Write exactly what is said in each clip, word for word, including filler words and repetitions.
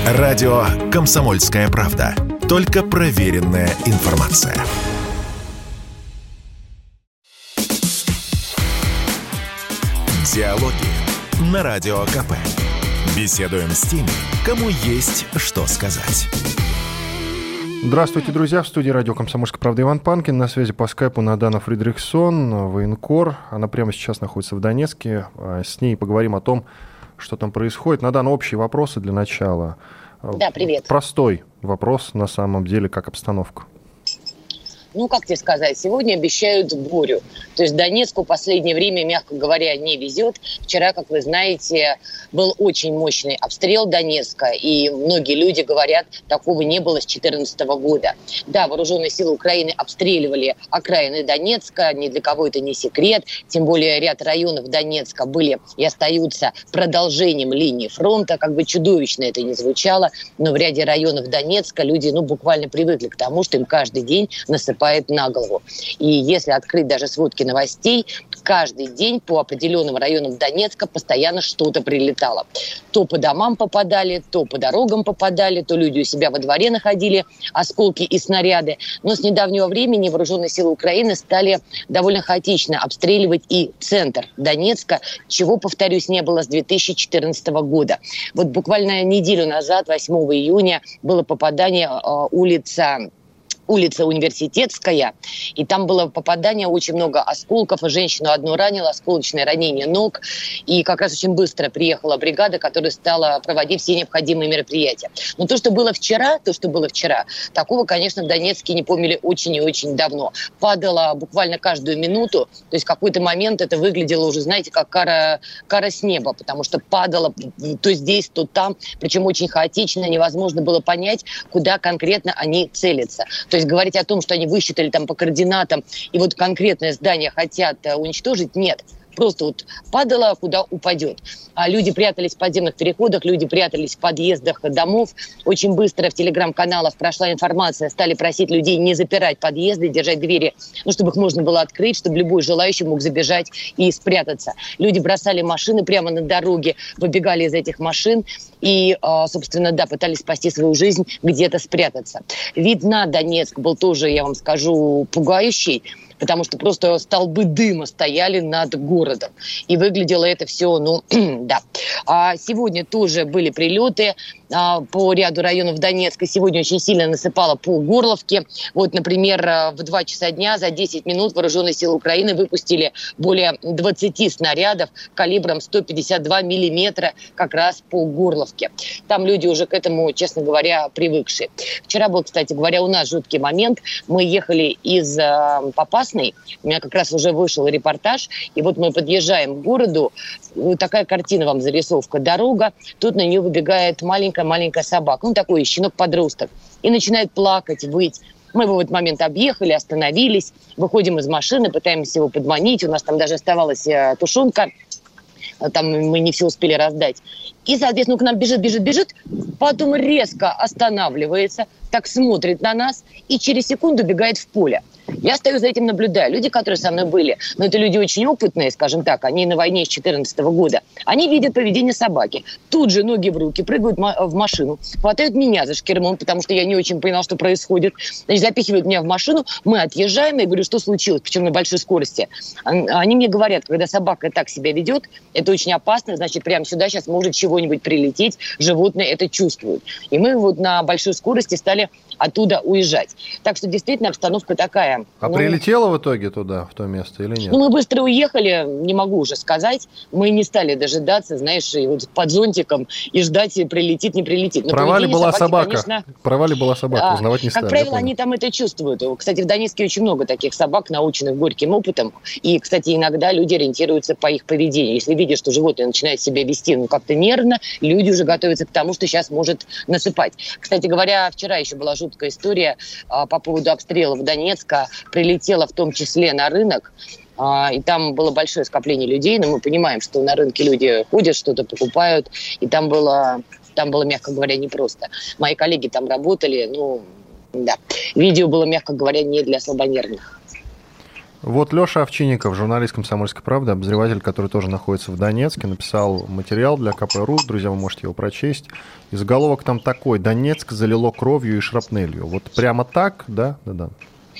Радио «Комсомольская правда». Только проверенная информация. Диалоги на Радио КП. Беседуем с теми, кому есть что сказать. Здравствуйте, друзья. В студии радио «Комсомольская правда» Иван Панкин. На связи по скайпу Надана Фридрихсон, военкор. Она прямо сейчас находится в Донецке. С ней поговорим о том, что там происходит. Надана, общие вопросы для начала. Да, привет. Простой вопрос, на самом деле, как обстановка? Ну, как тебе сказать, сегодня обещают бурю. То есть Донецку в последнее время, мягко говоря, не везет. Вчера, как вы знаете, был очень мощный обстрел Донецка, и многие люди говорят, такого не было с две тысячи четырнадцатого года. Да, вооруженные силы Украины обстреливали окраины Донецка, ни для кого это не секрет. Тем более ряд районов Донецка были и остаются продолжением линии фронта. Как бы чудовищно это ни звучало, но в ряде районов Донецка люди ну, буквально привыкли к тому, что им каждый день насыпают на голову. И если открыть даже сводки новостей, каждый день по определенным районам Донецка постоянно что-то прилетало. То по домам попадали, то по дорогам попадали, то люди у себя во дворе находили осколки и снаряды. Но с недавнего времени вооруженные силы Украины стали довольно хаотично обстреливать и центр Донецка, чего, повторюсь, не было с две тысячи четырнадцатого года. Вот буквально неделю назад, восьмого июня, было попадание э, улица улица Университетская, и там было попадание, очень много осколков, и женщину одну ранила, осколочное ранение ног, и как раз очень быстро приехала бригада, которая стала проводить все необходимые мероприятия. Но то, что было вчера, то, что было вчера, такого, конечно, в Донецке не помнили очень и очень давно. Падало буквально каждую минуту, то есть в какой-то момент это выглядело уже, знаете, как кара, кара с неба, потому что падало то здесь, то там, причем очень хаотично, невозможно было понять, куда конкретно они целятся. То есть говорить о том, что они высчитали там по координатам и вот конкретное здание хотят уничтожить, нет. Просто вот падало, куда упадет. А люди прятались в подземных переходах, люди прятались в подъездах домов. Очень быстро в телеграм-каналах прошла информация, стали просить людей не запирать подъезды, держать двери, ну, чтобы их можно было открыть, чтобы любой желающий мог забежать и спрятаться. Люди бросали машины прямо на дороге, выбегали из этих машин и, собственно, да, пытались спасти свою жизнь, где-то спрятаться. Вид на Донецк был тоже, я вам скажу, пугающий, потому что просто столбы дыма стояли над городом. И выглядело это все, ну, да. А сегодня тоже были прилеты а, по ряду районов Донецка. Сегодня очень сильно насыпало по Горловке. Вот, например, в два часа дня за десять минут вооруженные силы Украины выпустили более двадцати снарядов калибром сто пятьдесят два миллиметра как раз по Горловке. Там люди уже к этому, честно говоря, привыкшие. Вчера был, кстати говоря, у нас жуткий момент. Мы ехали из а, Попасной. У меня как раз уже вышел репортаж, и вот мы подъезжаем к городу, такая картина вам, зарисовка, дорога, тут на нее выбегает маленькая-маленькая собака, ну такой щенок-подросток, и начинает плакать, выть. Мы его в этот момент объехали, остановились, выходим из машины, пытаемся его подманить, у нас там даже оставалась тушенка, там мы не все успели раздать. И, соответственно, к нам бежит, бежит, бежит, потом резко останавливается, так смотрит на нас и через секунду бегает в поле. Я стою за этим, наблюдаю. Люди, которые со мной были, но это люди очень опытные, скажем так, они на войне с две тысячи четырнадцатого года, они видят поведение собаки. Тут же ноги в руки, прыгают в машину, хватают меня за шкирмом, потому что я не очень поняла, что происходит. Значит, запихивают меня в машину, мы отъезжаем, я говорю, что случилось, причем на большой скорости. Они мне говорят, когда собака так себя ведет, это очень опасно, значит, прямо сюда сейчас может чего-нибудь прилететь, животные это чувствуют. И мы вот на большой скорости стали оттуда уезжать. Так что действительно обстановка такая. А ну, прилетело в итоге туда, в то место, или нет? Ну, мы быстро уехали, не могу уже сказать. Мы не стали дожидаться, знаешь, и вот под зонтиком и ждать, прилетит, не прилетит. Но Провали была собаки, собака. Конечно, Провали была собака, узнавать не как стали. Как правило, они там это чувствуют. Кстати, в Донецке очень много таких собак, наученных горьким опытом. И, кстати, иногда люди ориентируются по их поведению. Если видят, что животное начинает себя вести ну, как-то нервно, люди уже готовятся к тому, что сейчас может насыпать. Кстати говоря, вчера еще была жуткая история а, по поводу обстрелов Донецка. Прилетела в том числе на рынок, а, и там было большое скопление людей, но мы понимаем, что на рынке люди ходят, что-то покупают, и там было, там было, мягко говоря, непросто. Мои коллеги там работали, ну, да. Видео было, мягко говоря, не для слабонервных. Вот Леша Овчинников, журналист «Комсомольской правды», обозреватель, который тоже находится в Донецке, написал материал для ка пэ точка ру, друзья, вы можете его прочесть. И заголовок там такой: «Донецк залило кровью и шрапнелью». Вот прямо так, да? Да-да.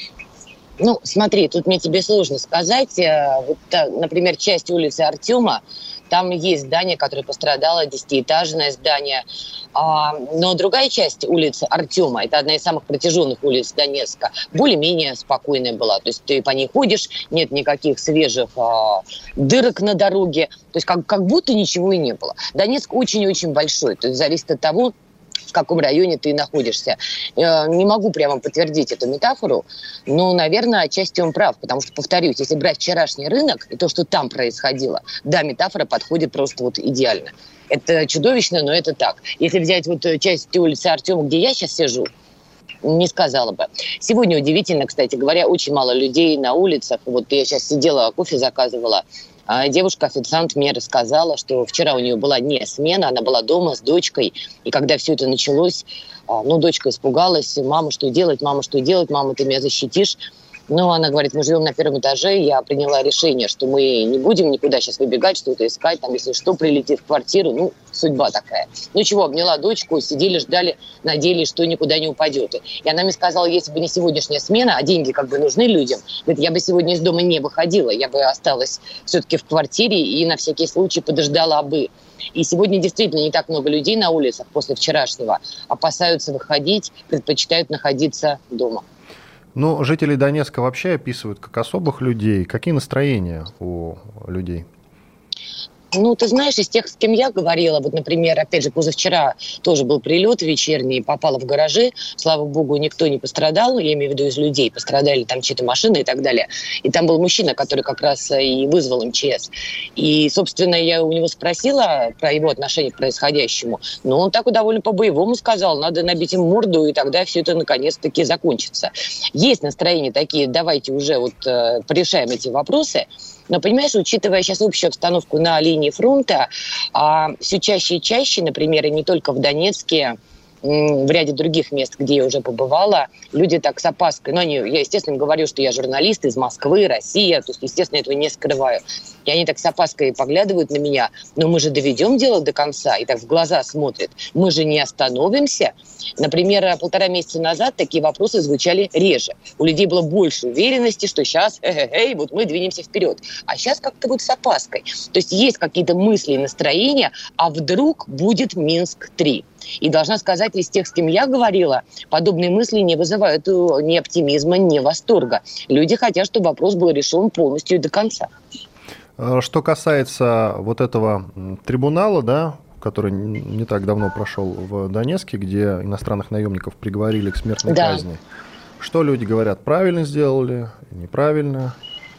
Ну, смотри, тут мне тебе сложно сказать. Вот, например, часть улицы Артема, там есть здание, которое пострадало, десятиэтажное здание. Но другая часть улицы Артема, это одна из самых протяженных улиц Донецка, более-менее спокойная была. То есть ты по ней ходишь, нет никаких свежих а, дырок на дороге. То есть как, как будто ничего и не было. Донецк очень-очень большой. То есть зависит от того, в каком районе ты находишься. Не могу прямо подтвердить эту метафору, но, наверное, отчасти он прав, потому что, повторюсь, если брать вчерашний рынок и то, что там происходило, да, метафора подходит просто вот идеально. Это чудовищно, но это так. Если взять вот часть улицы Артема, где я сейчас сижу, не сказала бы. Сегодня удивительно, кстати говоря, очень мало людей на улицах. Вот я сейчас сидела, кофе заказывала. Девушка-официант мне рассказала, что вчера у нее была не смена, она была дома с дочкой. И когда все это началось, ну, дочка испугалась. Мама, что делать? Мама, что делать? Мама, ты меня защитишь? Но она говорит, мы живем на первом этаже, я приняла решение, что мы не будем никуда сейчас выбегать, что-то искать, там, если что, прилетит в квартиру, ну, судьба такая. Ну чего, обняла дочку, сидели, ждали, надеялись, что никуда не упадет. И она мне сказала, если бы не сегодняшняя смена, а деньги как бы нужны людям, говорит, я бы сегодня из дома не выходила, я бы осталась все-таки в квартире и на всякий случай подождала бы. И сегодня действительно не так много людей на улицах после вчерашнего, опасаются выходить, предпочитают находиться дома. Ну, жители Донецка вообще описывают как особых людей. Какие настроения у людей? Ну, ты знаешь, из тех, с кем я говорила, вот, например, опять же, позавчера тоже был прилет вечерний, попала в гаражи, слава богу, никто не пострадал, я имею в виду из людей, пострадали там чьи-то машины и так далее. И там был мужчина, который как раз и вызвал эм че эс. И, собственно, я у него спросила про его отношение к происходящему, но он так и довольно по-боевому сказал, надо набить им морду, и тогда все это наконец-таки закончится. Есть настроения такие, давайте уже вот э, порешаем эти вопросы. Но, понимаешь, учитывая сейчас общую обстановку на линии фронта, а, все чаще и чаще, например, и не только в Донецке, в ряде других мест, где я уже побывала, люди так с опаской, ну, они, я, естественно, им говорю, что я журналист из Москвы, Россия, то есть, естественно, этого не скрываю. И они так с опаской поглядывают на меня, но мы же доведем дело до конца, и так в глаза смотрят, мы же не остановимся. Например, полтора месяца назад такие вопросы звучали реже. У людей было больше уверенности, что сейчас, эй, вот мы двинемся вперед. А сейчас как-то вот с опаской. То есть есть какие-то мысли и настроения, а вдруг будет Минск три. И должна сказать, из тех, с кем я говорила, подобные мысли не вызывают ни оптимизма, ни восторга. Люди хотят, чтобы вопрос был решен полностью и до конца. Что касается вот этого трибунала, да, который не так давно прошел в Донецке, где иностранных наемников приговорили к смертной да. казни, что люди говорят, правильно сделали, неправильно?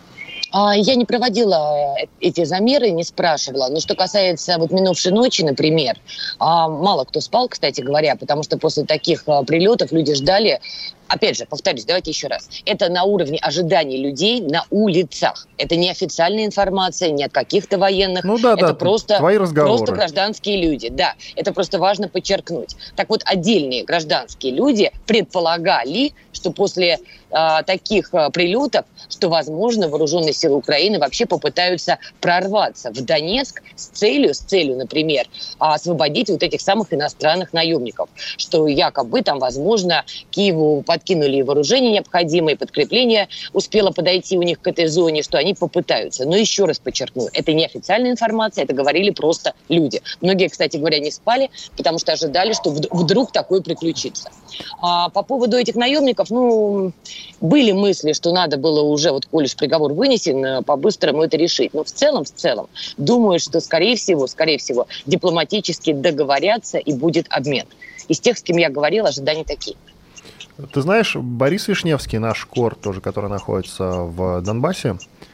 Я не проводила эти замеры, не спрашивала. Но что касается вот минувшей ночи, например, мало кто спал, кстати говоря, потому что после таких прилетов люди ждали. Опять же, повторюсь, давайте еще раз. Это на уровне ожиданий людей на улицах. Это не официальная информация, не от каких-то военных. Ну да, это да, просто, твои разговоры. Просто гражданские люди. Да, это просто важно подчеркнуть. Так вот, отдельные гражданские люди предполагали, что после а, таких а, прилетов, что, возможно, вооруженные силы Украины вообще попытаются прорваться в Донецк с целью, с целью, например, освободить вот этих самых иностранных наемников. Что якобы там, возможно, Киеву подкинули вооружение необходимое, подкрепление успело подойти у них к этой зоне, что они попытаются. Но еще раз подчеркну, это не официальная информация, это говорили просто люди. Многие, кстати говоря, не спали, потому что ожидали, что вдруг такое приключится. А по поводу этих наемников, ну, были мысли, что надо было уже, вот коль уж приговор вынесен, по-быстрому это решить. Но в целом, в целом, думаю, что, скорее всего, скорее всего, дипломатически договорятся и будет обмен. Из тех, с кем я говорила, ожидания такие. Ты знаешь, Борис Вишневский, наш кор, тоже, который находится в Донбассе,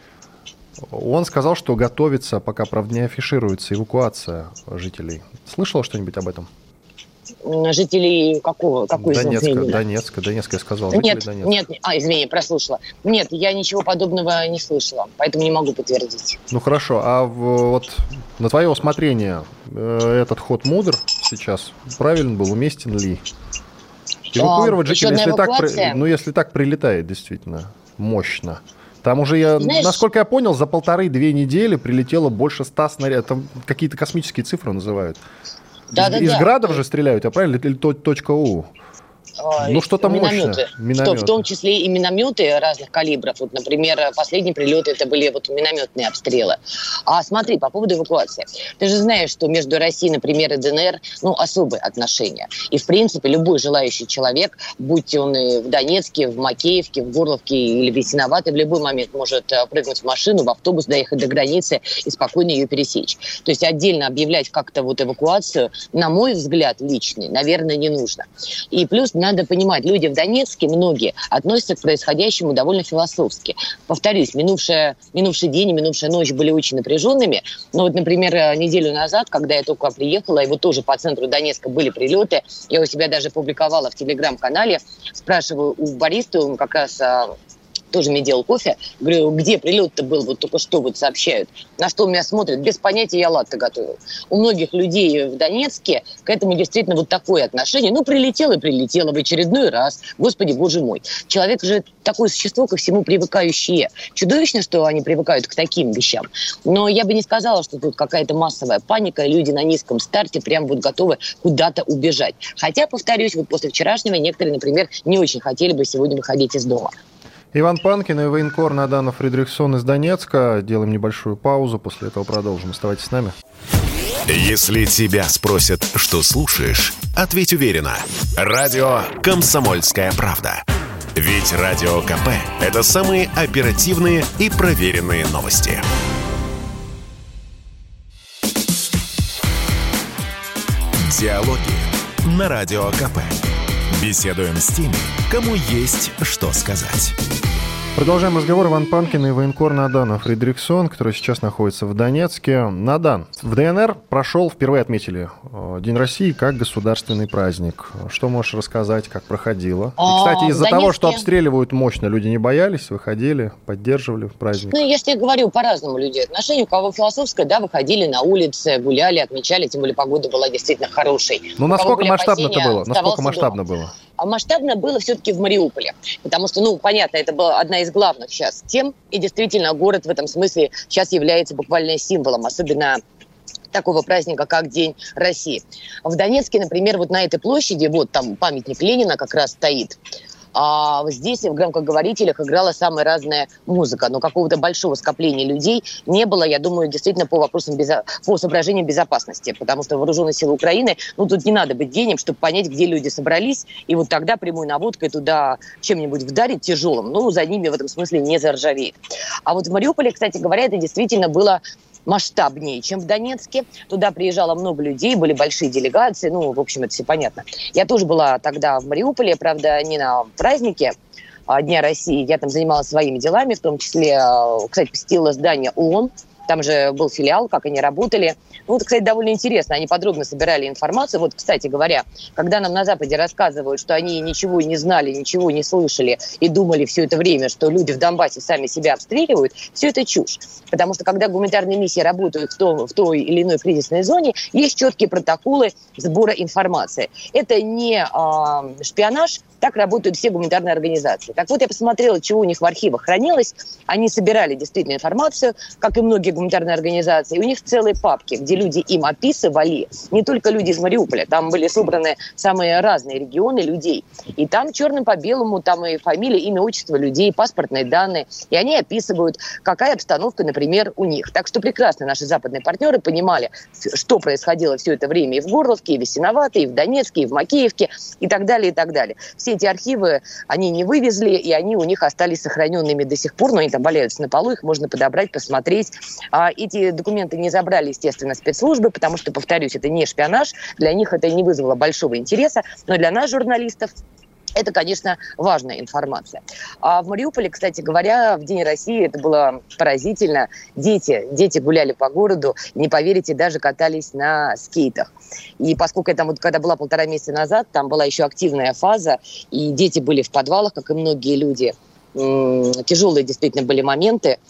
он сказал, что готовится, пока, правда, не афишируется, эвакуация жителей. Слышала что-нибудь об этом? Жителей какого? Какой Донецка, Донецка, Донецка, я сказал. Нет, нет, а, извини, прослушала. Нет, я ничего подобного не слышала, поэтому не могу подтвердить. Ну хорошо, а в, вот на твое усмотрение этот ход мудр сейчас правильно был, уместен ли? Эвакуировать а, жителей, если так, ну, если так прилетает действительно мощно, Там уже, я, Знаешь, насколько я понял, за полторы-две недели прилетело больше ста снарядов. Там какие-то космические цифры называют. да, из, да, из да. градов же стреляют, а правильно? Или точка У? Ну, что-то мощное. Минометы. В, в том числе и минометы разных калибров. Вот, например, последний прилет это были вот минометные обстрелы. А смотри, по поводу эвакуации. Ты же знаешь, что между Россией, например, и ДНР, ну, особые отношения. И, в принципе, любой желающий человек, будь он и в Донецке, в Макеевке, в Горловке или в Ясиноватой, в любой момент может прыгнуть в машину, в автобус, доехать до границы и спокойно ее пересечь. То есть отдельно объявлять как-то вот эвакуацию, на мой взгляд, личный, наверное, не нужно. И плюс надо понимать, люди в Донецке, многие, относятся к происходящему довольно философски. Повторюсь, минувшая, минувший день и минувшая ночь были очень напряженными. Но вот, например, неделю назад, когда я только приехала, и вот тоже по центру Донецка были прилеты, я у себя даже публиковала в телеграм-канале, спрашиваю у бариста, он как раз... тоже мне делал кофе. Говорю, где прилет-то был, вот только что вот сообщают. На что меня смотрят, без понятия я латте готовил. У многих людей в Донецке к этому действительно вот такое отношение. Ну, прилетело и прилетело в очередной раз. Господи, боже мой. Человек же такое существо, ко всему привыкающее. Чудовищно, что они привыкают к таким вещам. Но я бы не сказала, что тут какая-то массовая паника, и люди на низком старте прям вот готовы куда-то убежать. Хотя, повторюсь, вот после вчерашнего некоторые, например, не очень хотели бы сегодня выходить из дома. Иван Панкин и военкор Надана Фридрихсон из Донецка. Делаем небольшую паузу, после этого продолжим. Оставайтесь с нами. Если тебя спросят, что слушаешь, ответь уверенно. Радио «Комсомольская правда». Ведь Радио КП – это самые оперативные и проверенные новости. Диалоги на Радио КП. Беседуем с теми, кому есть что сказать. Продолжаем разговор. Иван Панкин и военкор Надана Фридрихсон, который сейчас находится в Донецке. Надан, в ДНР прошел, впервые отметили День России как государственный праздник. Что можешь рассказать, как проходило? И, кстати, из-за того, что обстреливают мощно, люди не боялись, выходили, поддерживали праздник? Ну, я же тебе говорю, по-разному люди отношения. У кого философское, да, выходили на улицы, гуляли, отмечали, тем более погода была действительно хорошей. Ну, насколько масштабно-то было? Насколько масштабно было? А масштабно было все-таки в Мариуполе. Потому что, ну, понятно, это была одна из главных сейчас тем. И действительно, город в этом смысле сейчас является буквально символом, особенно такого праздника, как День России. В Донецке, например, вот на этой площади, вот там памятник Ленина как раз стоит, а здесь в громкоговорителях играла самая разная музыка, но какого-то большого скопления людей не было, я думаю, действительно по вопросам, безо... по соображениям безопасности, потому что вооруженные силы Украины, ну тут не надо быть гением, чтобы понять, где люди собрались, и вот тогда прямой наводкой туда чем-нибудь вдарить тяжелым, ну за ними в этом смысле не заржавеет. А вот в Мариуполе, кстати говоря, это действительно было масштабнее, чем в Донецке. Туда приезжало много людей, были большие делегации, ну, в общем, это все понятно. Я тоже была тогда в Мариуполе, правда, не на празднике Дня России, я там занималась своими делами, в том числе, кстати, посетила здание ООН, там же был филиал, как они работали. Ну, это, кстати, довольно интересно. Они подробно собирали информацию. Вот, кстати говоря, когда нам на Западе рассказывают, что они ничего не знали, ничего не слышали и думали все это время, что люди в Донбассе сами себя обстреливают, все это чушь. Потому что, когда гуманитарные миссии работают в, том, в той или иной кризисной зоне, есть четкие протоколы сбора информации. Это не э, шпионаж, так работают все гуманитарные организации. Так вот, я посмотрела, чего у них в архивах хранилось. Они собирали действительно информацию, как и многие гуманитарные организации. И у них целые папки, где люди им описывали, не только люди из Мариуполя, там были собраны самые разные регионы людей. И там черным по белому, там и фамилия, имя, отчество людей, паспортные данные. И они описывают, какая обстановка, например, у них. Так что прекрасно наши западные партнеры понимали, что происходило все это время и в Горловке, и в Ясиноватой, и в Донецке, и в Макеевке, и так далее, и так далее. Все эти архивы они не вывезли, и они у них остались сохраненными до сих пор, но они там валяются на полу, их можно подобрать, посмотреть. А эти документы не забрали, естественно, спецслужбы, потому что, повторюсь, это не шпионаж, для них это не вызвало большого интереса, но для нас, журналистов, это, конечно, важная информация. А в Мариуполе, кстати говоря, в День России это было поразительно. Дети, дети гуляли по городу, не поверите, даже катались на скейтах. И поскольку я там, вот, когда была полтора месяца назад, там была еще активная фаза, и дети были в подвалах, как и многие люди. М-м, тяжелые действительно были моменты.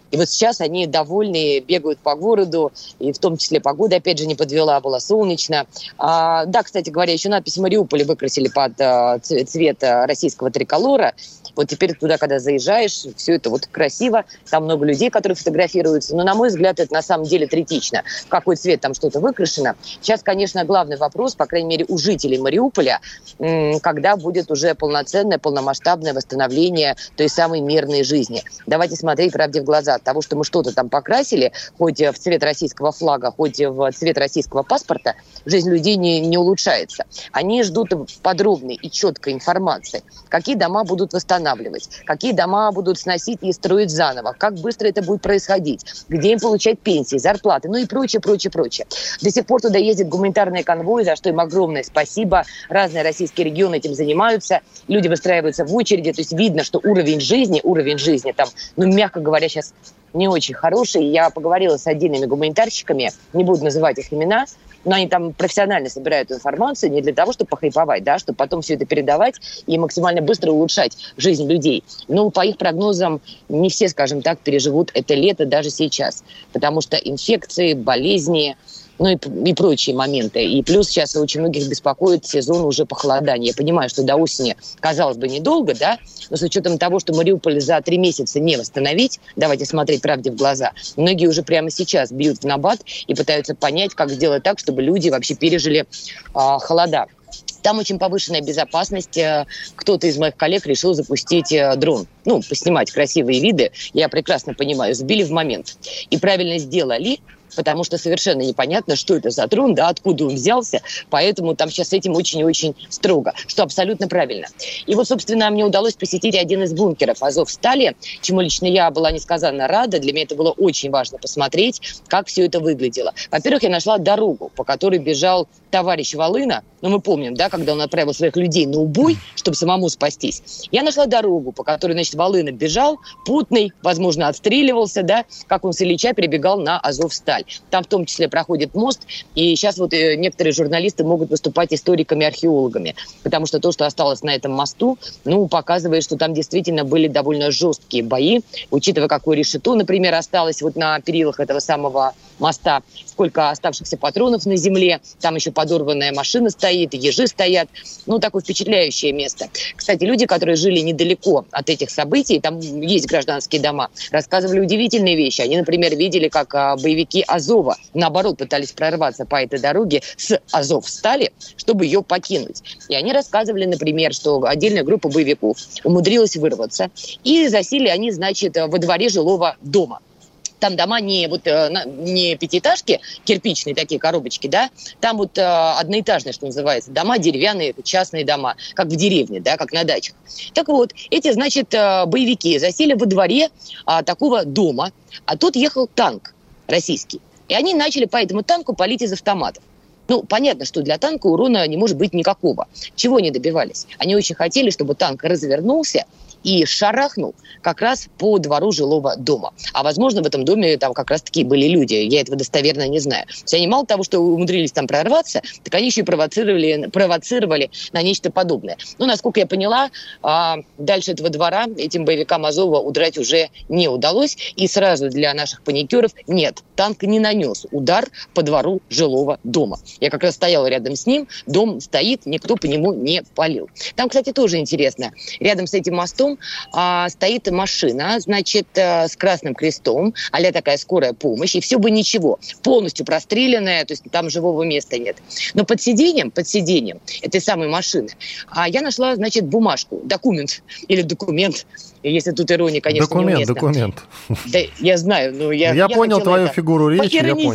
И вот сейчас они довольны, бегают по городу, и в том числе погода, опять же, не подвела, было солнечно. А, да, кстати говоря, еще надпись «Мариуполь» выкрасили под а, цвет российского триколора. Вот теперь туда, когда заезжаешь, все это вот красиво, там много людей, которые фотографируются, но, на мой взгляд, это на самом деле третично. В какой цвет там что-то выкрашено. Сейчас, конечно, главный вопрос, по крайней мере, у жителей Мариуполя, когда будет уже полноценное, полномасштабное восстановление той самой мирной жизни. Давайте смотреть правде в глаза. От того, что мы что-то там покрасили, хоть в цвет российского флага, хоть в цвет российского паспорта, жизнь людей не, не улучшается. Они ждут подробной и четкой информации, какие дома будут восстанавливать, какие дома будут сносить и строить заново, как быстро это будет происходить, где им получать пенсии, зарплаты, ну и прочее, прочее, прочее. До сих пор туда ездят гуманитарные конвои, за что им огромное спасибо. Разные российские регионы этим занимаются, люди выстраиваются в очереди, то есть видно, что уровень жизни, уровень жизни там, ну, мягко говоря, сейчас не очень хороший. Я поговорила с отдельными гуманитарщиками, не буду называть их имена, но они там профессионально собирают информацию не для того, чтобы похайповать, да, чтобы потом все это передавать и максимально быстро улучшать жизнь людей. Но по их прогнозам не все, скажем так, переживут это лето даже сейчас, потому что инфекции, болезни, ну и, и прочие моменты. И плюс сейчас очень многих беспокоит сезон уже похолодания. Я понимаю, что до осени, казалось бы, недолго, да, но с учетом того, что Мариуполь за три месяца не восстановить, давайте смотреть правде в глаза, многие уже прямо сейчас бьют в набат и пытаются понять, как сделать так, чтобы люди вообще пережили а, холода. Там очень повышенная безопасность. Кто-то из моих коллег решил запустить дрон. Ну, поснимать красивые виды. Я прекрасно понимаю, сбили в момент. И правильно сделали, потому что совершенно непонятно, что это за дрон, да, откуда он взялся. Поэтому там сейчас с этим очень и очень строго, что абсолютно правильно. И вот, собственно, мне удалось посетить один из бункеров Азовстали, чему лично я была несказанно рада. Для меня это было очень важно посмотреть, как все это выглядело. Во-первых, я нашла дорогу, по которой бежал товарищ Волына. Ну, мы помним, да, когда он отправил своих людей на убой, чтобы самому спастись. Я нашла дорогу, по которой, значит, Волына бежал, путный, возможно, отстреливался, да, как он с Ильича перебегал на Азовсталь. Там в том числе проходит мост, и сейчас вот некоторые журналисты могут выступать историками-археологами, потому что то, что осталось на этом мосту, ну, показывает, что там действительно были довольно жесткие бои, учитывая, какое решето, например, осталось вот на перилах этого самого моста, сколько оставшихся патронов на земле, там еще подорванная машина стоит, ежи стоят, ну, такое впечатляющее место. Кстати, люди, которые жили недалеко от этих событий, там есть гражданские дома, рассказывали удивительные вещи. Они, например, видели, как а, боевики Азова, наоборот, пытались прорваться по этой дороге с Азовстали, чтобы ее покинуть. И они рассказывали, например, что отдельная группа боевиков умудрилась вырваться, и засели они, значит, во дворе жилого дома. Там дома не, вот, не пятиэтажки, кирпичные такие коробочки, да, там вот одноэтажные, что называется, дома деревянные, частные дома, как в деревне, да, как на дачах. Так вот, эти, значит, боевики засели во дворе а, такого дома, а тут ехал танк российский. И они начали по этому танку палить из автоматов. Ну, понятно, что для танка урона не может быть никакого. Чего они добивались? Они очень хотели, чтобы танк развернулся и шарахнул как раз по двору жилого дома. А, возможно, в этом доме там как раз-таки были люди. Я этого достоверно не знаю. То есть они мало того, что умудрились там прорваться, так они еще и провоцировали, провоцировали на нечто подобное. Ну, насколько я поняла, дальше этого двора этим боевикам Азова удрать уже не удалось. И сразу для наших паникеров нет, танк не нанес удар по двору жилого дома. Я как раз стояла рядом с ним, дом стоит, никто по нему не палил. Там, кстати, тоже интересно. Рядом с этим мостом а, стоит машина, значит, а, с красным крестом, а-ля такая скорая помощь, и все бы ничего, полностью простреленная, то есть там живого места нет. Но под сиденьем, под сиденьем этой самой машины а, я нашла, значит, бумажку, документ или документ, если тут ирония, конечно, документ, неуместна. Документ, да, я знаю, но я... Я, я понял твою это фигуру речи, я понял.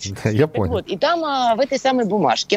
Я понял. Вот, и там а, в этой самой бумажке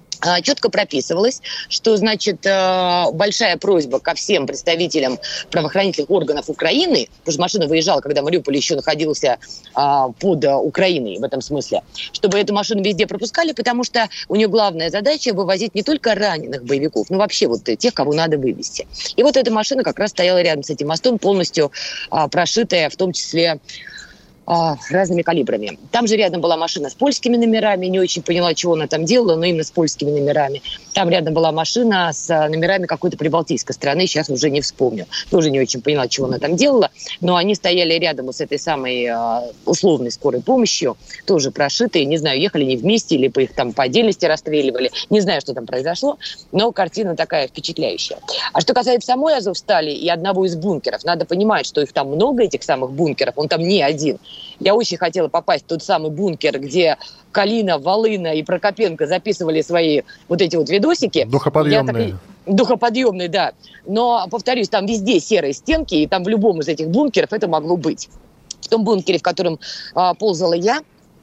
четко прописывалось, что, значит, большая просьба ко всем представителям правоохранительных органов Украины, потому что машина выезжала, когда Мариуполь еще находился под Украиной в этом смысле, чтобы эту машину везде пропускали, потому что у нее главная задача вывозить не только раненых боевиков, но вообще вот тех, кого надо вывезти. И вот эта машина как раз стояла рядом с этим мостом, полностью прошитая, в том числе разными калибрами. Там же рядом была машина с польскими номерами, не очень поняла, чего она там делала, но именно с польскими номерами. Там рядом была машина с номерами какой-то прибалтийской страны, сейчас уже не вспомню. Тоже не очень поняла, чего она там делала, но они стояли рядом с этой самой условной скорой помощью, тоже прошитые, не знаю, ехали не вместе или по их там по отдельности расстреливали, не знаю, что там произошло, но картина такая впечатляющая. А что касается самой Азовстали и одного из бункеров, надо понимать, что их там много, этих самых бункеров, он там не один. Я очень хотела попасть в тот самый бункер, где Калина, Волына и Прокопенко записывали свои вот эти вот видосики. Духоподъемные. Так... Духоподъемные, да. Но, повторюсь, там везде серые стенки, и там в любом из этих бункеров это могло быть. В том бункере, в котором а, ползала я,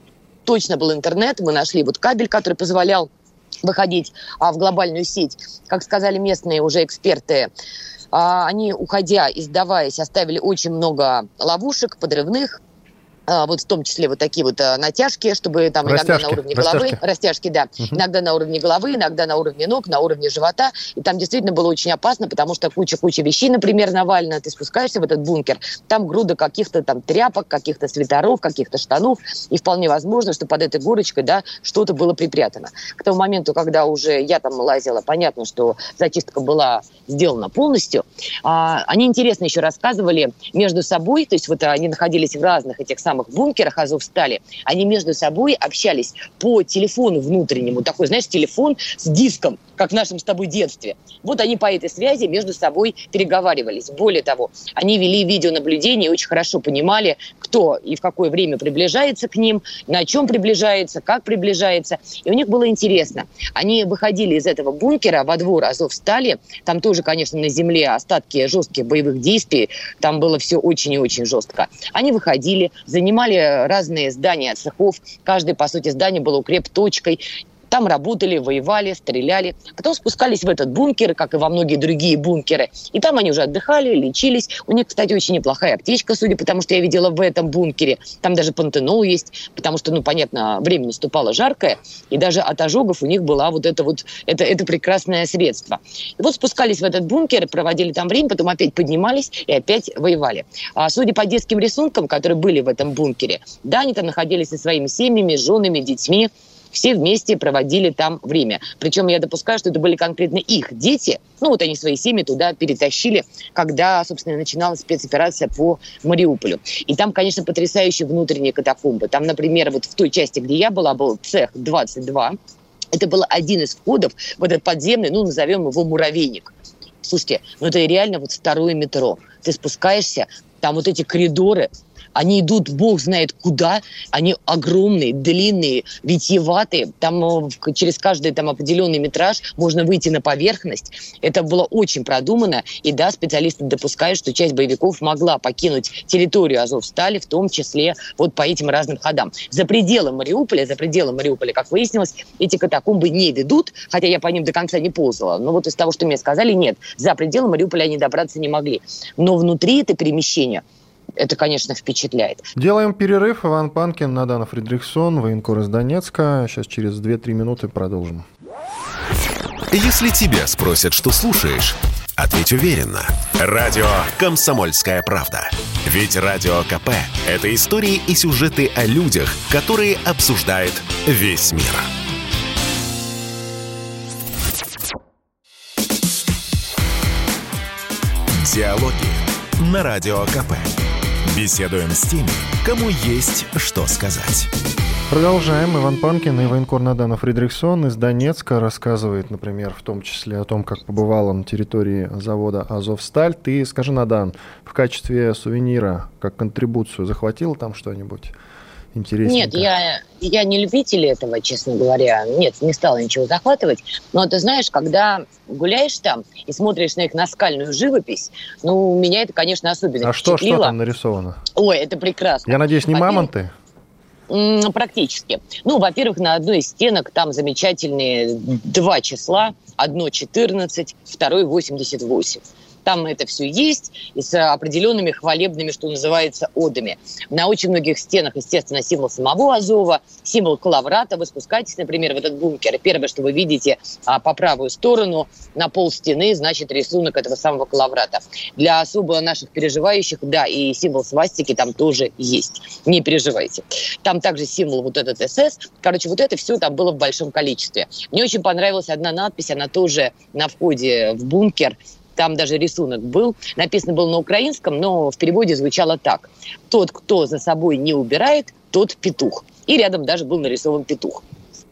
точно был интернет. Мы нашли вот кабель, который позволял выходить а, в глобальную сеть. Как сказали местные уже эксперты, а, они, уходя и сдаваясь, оставили очень много ловушек, подрывных. Вот в том числе вот такие вот а, натяжки, чтобы там растяжки, иногда на уровне головы, растяжки, растяжки да, угу. иногда на уровне головы, иногда на уровне ног, на уровне живота. И там действительно было очень опасно, потому что куча-куча вещей, например, навалена, ты спускаешься в этот бункер, там груда каких-то там тряпок, каких-то свитеров, каких-то штанов, и вполне возможно, что под этой горочкой, да, что-то было припрятано. К тому моменту, когда уже я там лазила, понятно, что зачистка была сделана полностью. А, они интересно еще рассказывали между собой, то есть вот они находились в разных этих самых бункерах Азовстали, они между собой общались по телефону внутреннему, такой, знаешь, телефон с диском, как в нашем с тобой детстве. Вот они по этой связи между собой переговаривались. Более того, они вели видеонаблюдение и очень хорошо понимали, кто и в какое время приближается к ним, на чем приближается, как приближается. И у них было интересно. Они выходили из этого бункера во двор Азовстали, там тоже, конечно, на земле остатки жестких боевых действий, там было все очень и очень жестко. Они выходили, занимали разные здания цехов, каждое, по сути, здание было укреп-точкой. Там работали, воевали, стреляли. Потом спускались в этот бункер, как и во многие другие бункеры. И там они уже отдыхали, лечились. У них, кстати, очень неплохая аптечка, судя по тому, что я видела в этом бункере. Там даже пантенол есть, потому что, ну, понятно, время наступало жаркое. И даже от ожогов у них была вот это вот, это, это прекрасное средство. И вот спускались в этот бункер, проводили там время, потом опять поднимались и опять воевали. А судя по детским рисункам, которые были в этом бункере, да, они там находились со своими семьями, женами, детьми. Все вместе проводили там время. Причем я допускаю, что это были конкретно их дети. Ну, вот они свои семьи туда перетащили, когда, собственно, начиналась спецоперация по Мариуполю. И там, конечно, потрясающие внутренние катакомбы. Там, например, вот в той части, где я была, был цех двадцать два. Это был один из входов в этот подземный, ну, назовем его муравейник. Слушайте, ну это реально вот второе метро. Ты спускаешься, там вот эти коридоры, они идут, бог знает куда, они огромные, длинные, витиеватые, там через каждый там определенный метраж можно выйти на поверхность. Это было очень продумано, и да, специалисты допускают, что часть боевиков могла покинуть территорию Азовстали, в том числе вот по этим разным ходам. За пределы Мариуполя, за пределы Мариуполя, как выяснилось, эти катакомбы не ведут, хотя я по ним до конца не ползала, но вот из того, что мне сказали, нет, за пределы Мариуполя они добраться не могли. Но внутри это перемещение, это, конечно, впечатляет. Делаем перерыв. Иван Панкин, Надана Фридрихсон, военкор из Донецка. Сейчас через две-три минуты продолжим. Если тебя спросят, что слушаешь, ответь уверенно. Радио «Комсомольская правда». Ведь Радио КП – это истории и сюжеты о людях, которые обсуждает весь мир. Диалоги на Радио КП. Беседуем с теми, кому есть что сказать. Продолжаем. Иван Панкин и военкор Надана Фридрихсон из Донецка рассказывает, например, в том числе о том, как побывал он на территории завода «Азовсталь». Ты скажи, Надан, в качестве сувенира, как контрибуцию, захватил там что-нибудь интересненькое? Нет, я, я не любитель этого, честно говоря. Нет, не стала ничего захватывать. Но ты знаешь, когда гуляешь там и смотришь на их наскальную живопись, ну, меня это, конечно, особенно а впечатлило. А что, что там нарисовано? Ой, это прекрасно. Я надеюсь, не мамонты? Практически. Ну, во-первых, на одной из стенок там замечательные два числа. Одно четырнадцать, второе восемьдесят восемь. Там это все есть, и с определенными хвалебными, что называется, одами. На очень многих стенах, естественно, символ самого Азова, символ Калаврата. Вы спускаетесь, например, в этот бункер, и первое, что вы видите а, по правую сторону, на пол стены, значит, рисунок этого самого Калаврата. Для особо наших переживающих, да, и символ свастики там тоже есть. Не переживайте. Там также символ вот этот СС. Короче, вот это все там было в большом количестве. Мне очень понравилась одна надпись, она тоже на входе в бункер. Там даже рисунок был. Написано было на украинском, но в переводе звучало так. «Тот, кто за собой не убирает, тот петух». И рядом даже был нарисован петух.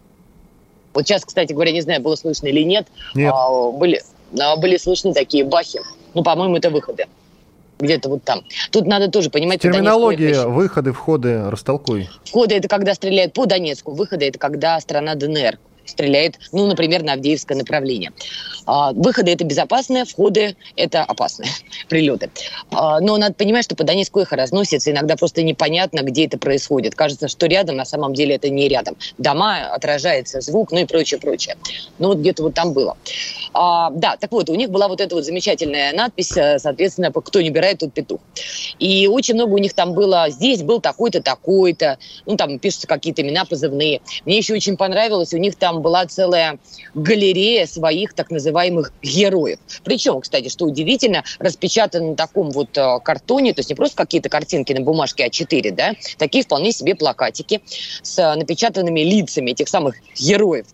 Вот сейчас, кстати говоря, не знаю, было слышно или нет, нет. А, были, а, были слышны такие бахи. Ну, по-моему, это выходы. Где-то вот там. Тут надо тоже понимать... Терминология, выходы, входы, растолкуй. Входы – это когда стреляют по Донецку, выходы – это когда страна ДНР стреляет, ну, например, на Авдеевское направление. А, выходы – это безопасные, входы – это опасные прилеты. А, но надо понимать, что по Донецку эхо разносится, иногда просто непонятно, где это происходит. Кажется, что рядом, на самом деле это не рядом. Дома, отражается звук, ну и прочее, прочее. Ну вот где-то вот там было. А, да, так вот, у них была вот эта вот замечательная надпись, соответственно, «Кто не убирает, тот петух». И очень много у них там было, здесь был такой-то, такой-то, ну там пишутся какие-то имена позывные. Мне еще очень понравилось, у них там была целая галерея своих так называемых героев. Причем, кстати, что удивительно, распечатаны на таком вот э, картоне, то есть не просто какие-то картинки на бумажке а четыре, да, такие вполне себе плакатики с э, напечатанными лицами этих самых героев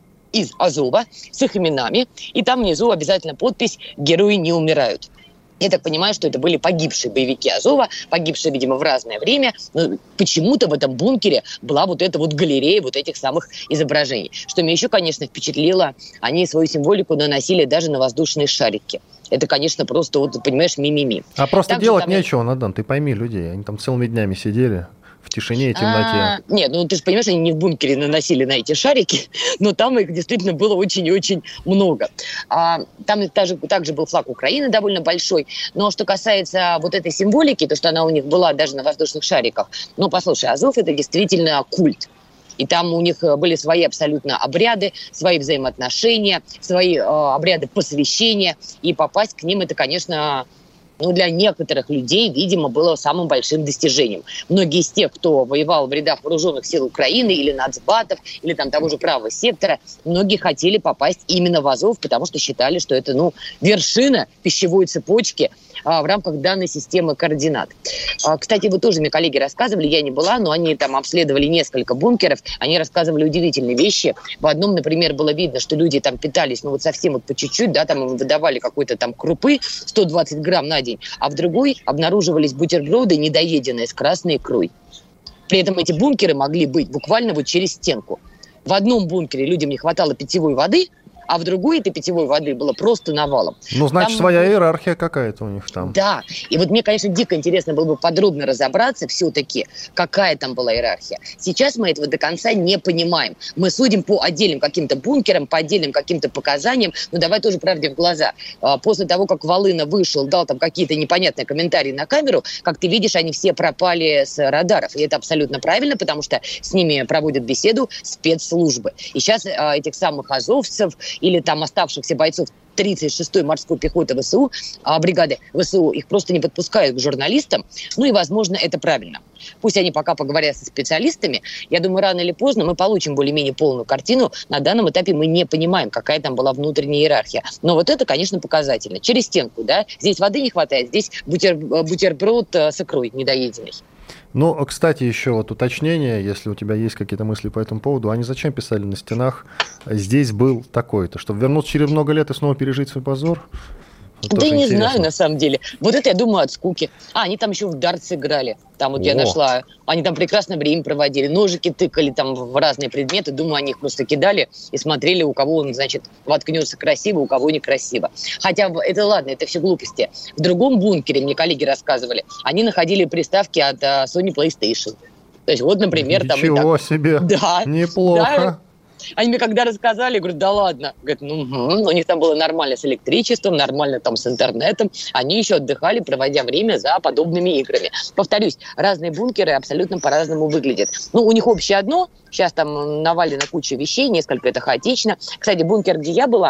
из Азова, с их именами, и там внизу обязательно подпись «Герои не умирают». Я так понимаю, что это были погибшие боевики Азова, погибшие, видимо, в разное время. Но почему-то в этом бункере была вот эта вот галерея вот этих самых изображений. Что меня еще, конечно, впечатлило, они свою символику наносили даже на воздушные шарики. Это, конечно, просто, вот, понимаешь, ми-ми-ми. А просто Также делать там... нечего, Надан, ты пойми людей. Они там целыми днями сидели в тишине и темноте. А, нет, ну ты же понимаешь, они не в бункере наносили на эти шарики, но там их действительно было очень и очень много. А, там также, также был флаг Украины довольно большой, но что касается вот этой символики, то, что она у них была даже на воздушных шариках, ну, послушай, Азов – это действительно культ. И там у них были свои абсолютно обряды, свои взаимоотношения, свои э, обряды посвящения, и попасть к ним – это, конечно... ну, для некоторых людей, видимо, было самым большим достижением. Многие из тех, кто воевал в рядах вооруженных сил Украины или нацбатов, или там того же правого сектора, многие хотели попасть именно в Азов, потому что считали, что это, ну, вершина пищевой цепочки а, в рамках данной системы координат. А, кстати, вы тоже, мне коллеги рассказывали, я не была, но они там обследовали несколько бункеров, они рассказывали удивительные вещи. В одном, например, было видно, что люди там питались, ну, вот совсем вот по чуть-чуть, да, там им выдавали какой-то там крупы, сто двадцать грамм на день, а в другой обнаруживались бутерброды недоеденные с красной икрой. При этом эти бункеры могли быть буквально вот через стенку. В одном бункере людям не хватало питьевой воды, а в другой этой питьевой воды было просто навалом. Ну, значит, там своя иерархия какая-то у них там. Да, и вот мне, конечно, дико интересно было бы подробно разобраться все-таки, какая там была иерархия. Сейчас мы этого до конца не понимаем. Мы судим по отдельным каким-то бункерам, по отдельным каким-то показаниям, но давай тоже правде в глаза. После того, как Волына вышел, дал там какие-то непонятные комментарии на камеру, как ты видишь, они все пропали с радаров. И это абсолютно правильно, потому что с ними проводят беседу спецслужбы. И сейчас этих самых азовцев или там оставшихся бойцов тридцать шестой морской пехоты ВСУ, а, бригады ВСУ, их просто не подпускают к журналистам. Ну и, возможно, это правильно. Пусть они пока поговорят со специалистами. Я думаю, рано или поздно мы получим более-менее полную картину. На данном этапе мы не понимаем, какая там была внутренняя иерархия. Но вот это, конечно, показательно. Через стенку, да? Здесь воды не хватает, здесь бутер, бутерброд с икрой недоеденный. Ну, кстати, еще вот уточнение, если у тебя есть какие-то мысли по этому поводу, они зачем писали на стенах «здесь был такой-то», чтобы вернуться через много лет и снова пережить свой позор? Вот да не интересно. знаю, на самом деле. Вот это, я думаю, от скуки. А, они там еще в дартс играли. Там вот О. я нашла. Они там прекрасно время проводили. Ножики тыкали там в разные предметы. Думаю, они их просто кидали и смотрели, у кого он, значит, воткнется красиво, у кого некрасиво. Хотя это ладно, это все глупости. В другом бункере, мне коллеги рассказывали, они находили приставки от uh, Sony PlayStation. То есть вот, например, там... Ничего так... себе! Да. Неплохо! Да. Они мне когда рассказали, говорят, да ладно. Говорят, ну, угу. У них там было нормально с электричеством, нормально там с интернетом. Они еще отдыхали, проводя время за подобными играми. Повторюсь, разные бункеры абсолютно по-разному выглядят. Ну, у них общее одно. Сейчас там навалено куча вещей, несколько это хаотично. Кстати, бункер, где я была,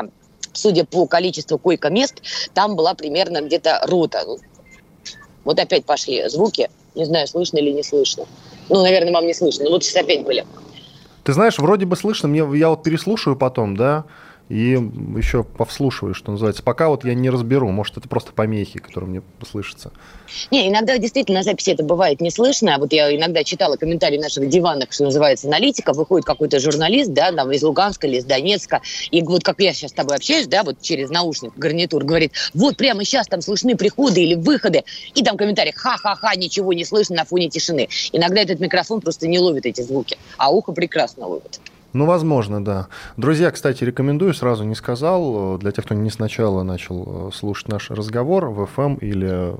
судя по количеству койко-мест, там была примерно где-то рота. Вот опять пошли звуки. Не знаю, слышно или не слышно. Ну, наверное, вам не слышно. Но вот сейчас опять были. Ты знаешь, вроде бы слышно. Мне, я вот переслушаю потом, да, и еще повслушиваю, что называется. Пока вот я не разберу. Может, это просто помехи, которые мне слышатся. Не, иногда действительно на записи это бывает не слышно. Вот я иногда читала комментарии наших диванных, что называется, аналитиков. Выходит какой-то журналист, да, там из Луганска или из Донецка. И вот как я сейчас с тобой общаюсь, да, вот через наушник, гарнитур, говорит, вот прямо сейчас там слышны приходы или выходы. И там комментарий, ха-ха-ха, ничего не слышно на фоне тишины. Иногда этот микрофон просто не ловит эти звуки, а ухо прекрасно ловит. Ну, возможно, да. Друзья, кстати, рекомендую, сразу не сказал, для тех, кто не сначала начал слушать наш разговор в эф эм или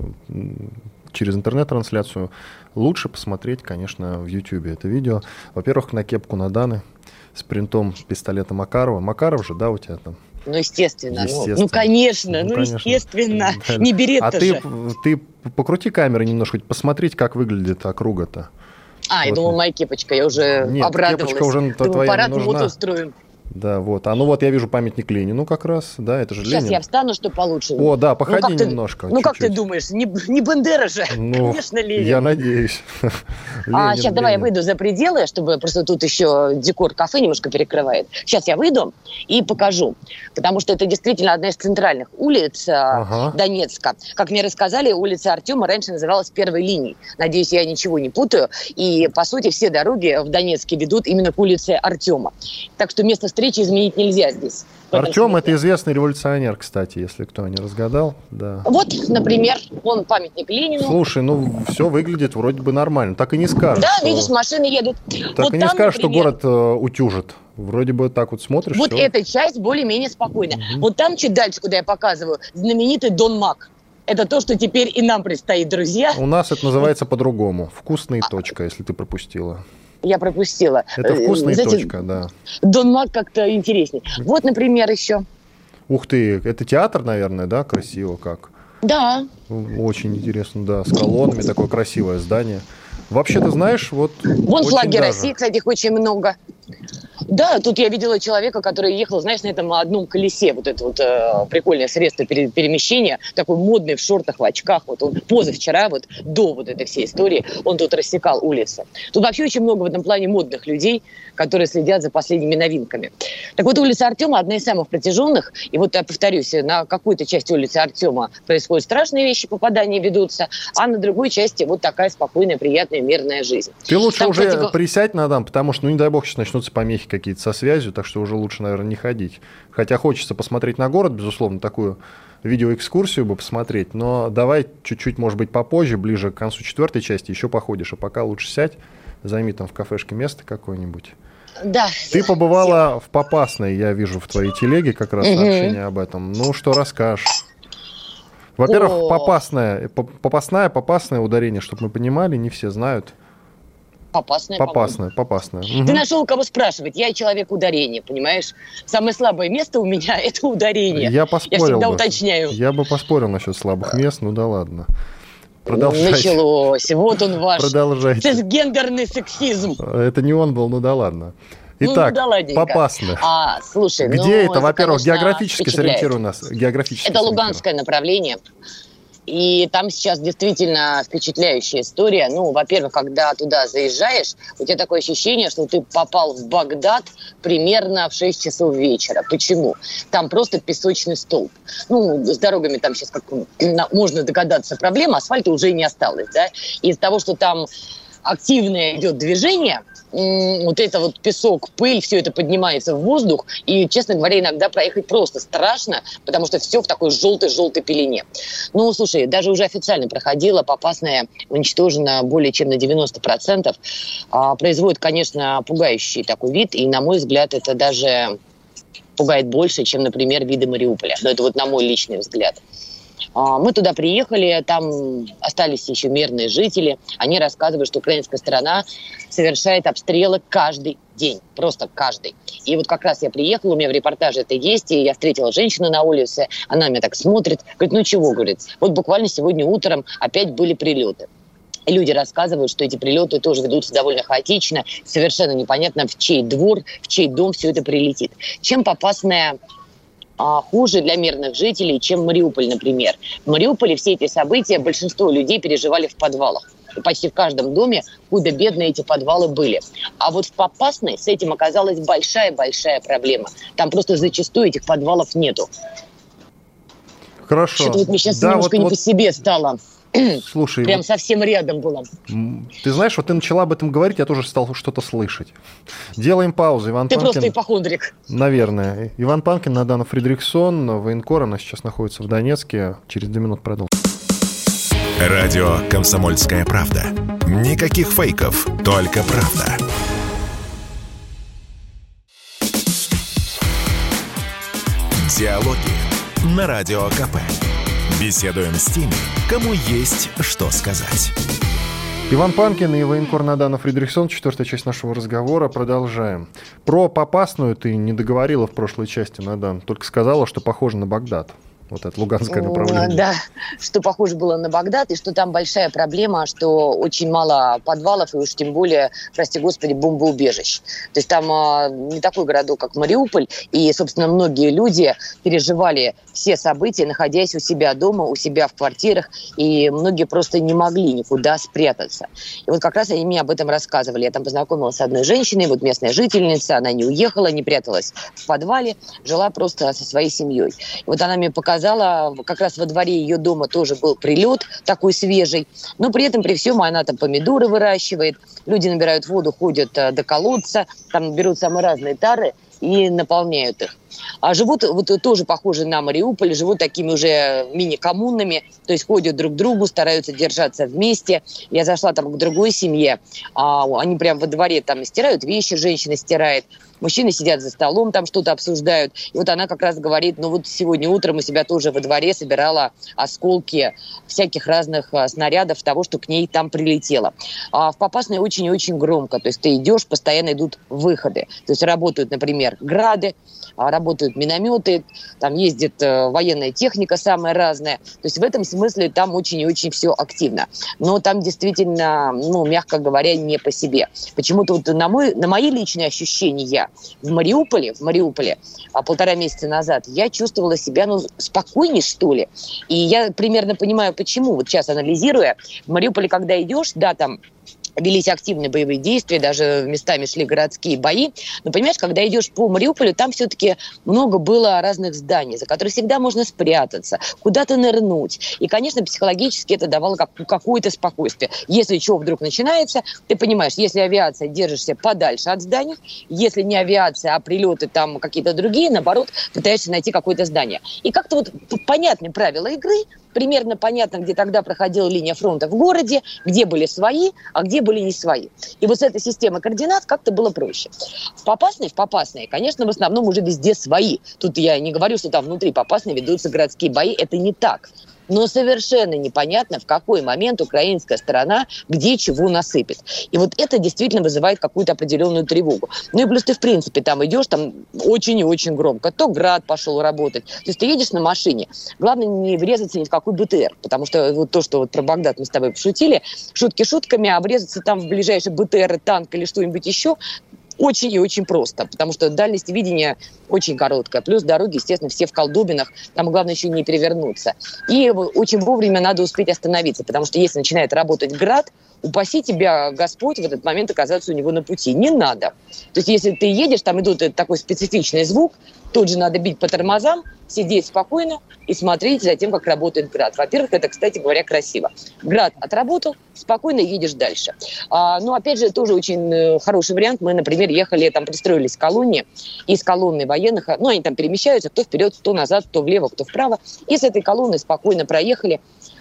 через интернет-трансляцию, лучше посмотреть, конечно, в Ютьюбе это видео. Во-первых, на кепку Наданы с принтом пистолета Макарова. Макаров же, да, у тебя там? Ну, естественно. естественно. Ну, конечно, ну, ну конечно. естественно. Не берет-то а ты, же. ты покрути камеры немножко, посмотреть, как выглядит округа-то. А, вот. Я думала, моя кепочка, я уже Нет, обрадовалась. Кепочка уже Думаю, твоя парад не нужна. вот устроим. Да, вот. А ну вот я вижу памятник Ленину как раз, да, это же Сейчас Ленин. я встану, что получше. О, да, походи ну, как немножко. Ты, ну, как чуть-чуть. ты думаешь, не, не Бандера же? Ну, конечно, Ленин. Я надеюсь. А Ленин, сейчас давай я Ленин. выйду за пределы, чтобы просто тут еще декор кафе немножко перекрывает. Сейчас я выйду и покажу. Потому что это действительно одна из центральных улиц Ага. Донецка. Как мне рассказали, улица Артема раньше называлась первой линией. Надеюсь, я ничего не путаю. И, по сути, все дороги в Донецке ведут именно к улице Артема. Так что место встречи изменить нельзя здесь. Артем – это известный революционер, кстати, если кто не разгадал. Да. Вот, например, вон памятник Ленину. Слушай, ну все выглядит вроде бы нормально. Так и не скажешь. Да, что... видишь, машины едут. Так вот и не там, скажешь, например, что город э, утюжит. Вроде бы так вот смотришь. Вот всё. эта часть более-менее спокойная. Угу. Вот там, чуть дальше, куда я показываю, знаменитый Дон Мак. Это то, что теперь и нам предстоит, друзья. У нас это называется по-другому. Вкусная точка, если ты пропустила. Я пропустила. Это вкусная Знаете, точка, да. Дон Мак как-то интереснее. Вот, например, еще. Ух ты, это театр, наверное, да? Красиво как. Да. Очень интересно, да. С колоннами, такое красивое здание. Вообще, ты знаешь, вот... Вон очень флаги даже. России, кстати, их очень много. Да, тут я видела человека, который ехал, знаешь, на этом одном колесе. Вот это вот э, прикольное средство пере- перемещения. Такой модный, в шортах, в очках. Вот он позавчера, вот до вот этой всей истории, он тут рассекал улицы. Тут вообще очень много в этом плане модных людей, которые следят за последними новинками. Так вот, улица Артема одна из самых протяженных. И вот я повторюсь, на какой-то части улицы Артема происходят страшные вещи, попадания ведутся, а на другой части вот такая спокойная, приятная, мирная жизнь. Ты лучше Там, уже кстати, присядь на дам, потому что, ну не дай бог, сейчас начнутся помехи какие-то со связью, так что уже лучше, наверное, не ходить. Хотя хочется посмотреть на город, безусловно, такую видеоэкскурсию бы посмотреть, но давай чуть-чуть, может быть, попозже, ближе к концу четвертой части еще походишь, а пока лучше сядь, займи там в кафешке место какое-нибудь. Да. Ты побывала в Попасной, я вижу в твоей телеге как раз Мгм. сообщение об этом. Ну, что расскажешь? Во-первых, О. Попасная, П- Попасная, Попасное ударение, чтобы мы понимали, не все знают. Попасная, Попасная, Попасная. Ты Мгм. нашел, кого спрашивать. Я человек ударения, понимаешь? Самое слабое место у меня – это ударение. Я поспорил всегда бы. уточняю. Я бы поспорил насчет слабых мест, ну да ладно. Продолжайте. Началось. Вот он ваш Продолжайте. цисгендерный сексизм. Это не он был, ну да ладно. Ну, Итак, ну да ладненько. Попасная. А, слушай, Где ну, это, во-первых, конечно, географически впечатляет. сориентируй нас. Географически Это сориентируй. луганское направление. И там сейчас действительно впечатляющая история. Ну, во-первых, когда туда заезжаешь, у тебя такое ощущение, что ты попал в Багдад примерно в шесть часов вечера. Почему? Там просто песочный столб. Ну, с дорогами там сейчас, как можно догадаться, проблема. Асфальта уже и не осталось, да. И из-за того, что там активное идет движение, вот это вот песок, пыль, все это поднимается в воздух, и, честно говоря, иногда проехать просто страшно, потому что все в такой желтой-желтой пелене. Ну, слушай, даже уже официально проходила, Попасная уничтожена более чем на девяносто процентов. А, производит, конечно, пугающий такой вид, и, на мой взгляд, это даже пугает больше, чем, например, виды Мариуполя. Но это вот на мой личный взгляд. Мы туда приехали, там остались еще мирные жители. Они рассказывают, что украинская сторона совершает обстрелы каждый день. Просто каждый. И вот как раз я приехала, у меня в репортаже это есть, и я встретила женщину на улице, она меня так смотрит, говорит, ну чего, говорит, вот буквально сегодня утром опять были прилеты. И люди рассказывают, что эти прилеты тоже ведутся довольно хаотично, совершенно непонятно, в чей двор, в чей дом все это прилетит. Чем Попасная а, хуже для мирных жителей, чем Мариуполь, например. В Мариуполе все эти события большинство людей переживали в подвалах. И почти в каждом доме худо-бедно эти подвалы были. А вот в Попасной с этим оказалась большая-большая проблема. Там просто зачастую этих подвалов нету. Хорошо. Что-то вот мне сейчас да, немножко вот, не вот... по себе стало. Слушай, прям вот... совсем рядом было. Ты знаешь, вот ты начала об этом говорить, я тоже стал что-то слышать. Делаем паузу. Иван ты Панкин... просто ипохондрик. Наверное. Иван Панкин, Надана Фридрихсон, военкор. Она сейчас находится в Донецке. Через две минуты продолжим. Радио «Комсомольская правда». Никаких фейков, только правда. Диалоги на Радио КП. Беседуем с теми, кому есть что сказать. Иван Панкин и военкор Надана Фридрихсон. Четвертая часть нашего разговора. Продолжаем. Про Попасную ты не договорила в прошлой части, Надан. Только сказала, что похоже на Багдад. Вот это луганское направление. Да, что похоже было на Багдад, и что там большая проблема, что очень мало подвалов, и уж тем более, прости господи, бомбоубежищ. То есть там а, не такой городок, как Мариуполь, и, собственно, многие люди переживали все события, находясь у себя дома, у себя в квартирах, и многие просто не могли никуда спрятаться. И вот как раз они мне об этом рассказывали. Я там познакомилась с одной женщиной, вот местная жительница, она не уехала, не пряталась в подвале, жила просто со своей семьей. И вот она мне показала, как раз во дворе ее дома тоже был прилет такой свежий, но при этом, при всем, она там помидоры выращивает, люди набирают воду, ходят до колодца, там берут самые разные тары и наполняют их. А живут, вот тоже похожи на Мариуполь, живут такими уже мини-коммунами, то есть ходят друг к другу, стараются держаться вместе. Я зашла там к другой семье, а они прям во дворе там стирают вещи, женщина стирает, мужчины сидят за столом, там что-то обсуждают. И вот она как раз говорит, ну вот сегодня утром у себя тоже во дворе собирала осколки всяких разных а, снарядов того, что к ней там прилетело. А в Попасной очень и очень громко, то есть ты идешь, постоянно идут выходы. То есть работают, например, грады, работают минометы, там ездит э, военная техника самая разная. То есть в этом смысле там очень и очень все активно. Но там действительно, ну, мягко говоря, не по себе. Почему-то вот на, мой, на мои личные ощущения в Мариуполе, в Мариуполе а, полтора месяца назад я чувствовала себя, ну, спокойнее, что ли. И я примерно понимаю, почему. Вот сейчас анализируя, в Мариуполе, когда идешь, да, там велись активные боевые действия, даже местами шли городские бои. Но, понимаешь, когда идешь по Мариуполю, там все-таки много было разных зданий, за которые всегда можно спрятаться, куда-то нырнуть. И, конечно, психологически это давало как, какое-то спокойствие. Если что вдруг начинается, ты понимаешь, если авиация, держишься подальше от зданий, если не авиация, а прилеты там какие-то другие, наоборот, пытаешься найти какое-то здание. И как-то вот понятны правила игры, примерно понятно, где тогда проходила линия фронта в городе, где были свои, а где были не свои. И вот с этой системой координат как-то было проще. В Попасной, в Попасной, конечно, в основном уже везде свои. Тут я не говорю, что там внутри Попасной ведутся городские бои. Это не так. Но совершенно непонятно, в какой момент украинская сторона где чего насыпет. И вот это действительно вызывает какую-то определенную тревогу. Ну и плюс ты, в принципе, там идешь, там очень и очень громко. То град пошел работать. То есть ты едешь на машине. Главное не врезаться ни в какой БТР. Потому что вот то, что вот про Багдад мы с тобой пошутили, шутки шутками, а врезаться там в ближайший БТР, танк или что-нибудь еще очень и очень просто, потому что дальность видения очень короткая. Плюс дороги, естественно, все в колдобинах. Там главное еще не перевернуться. И очень вовремя надо успеть остановиться, потому что если начинает работать град, упаси тебя Господь в этот момент оказаться у него на пути. Не надо. То есть если ты едешь, там идут такой специфичный звук, тут же надо бить по тормозам, сидеть спокойно и смотреть за тем, как работает град. Во-первых, это, кстати говоря, красиво. Град отработал, спокойно едешь дальше. А, ну, опять же, тоже очень хороший вариант. Мы, например, ехали, там пристроились в колонне, из колонны военных, ну, они там перемещаются, кто вперед, кто назад, кто влево, кто вправо. И с этой колонны спокойно проехали.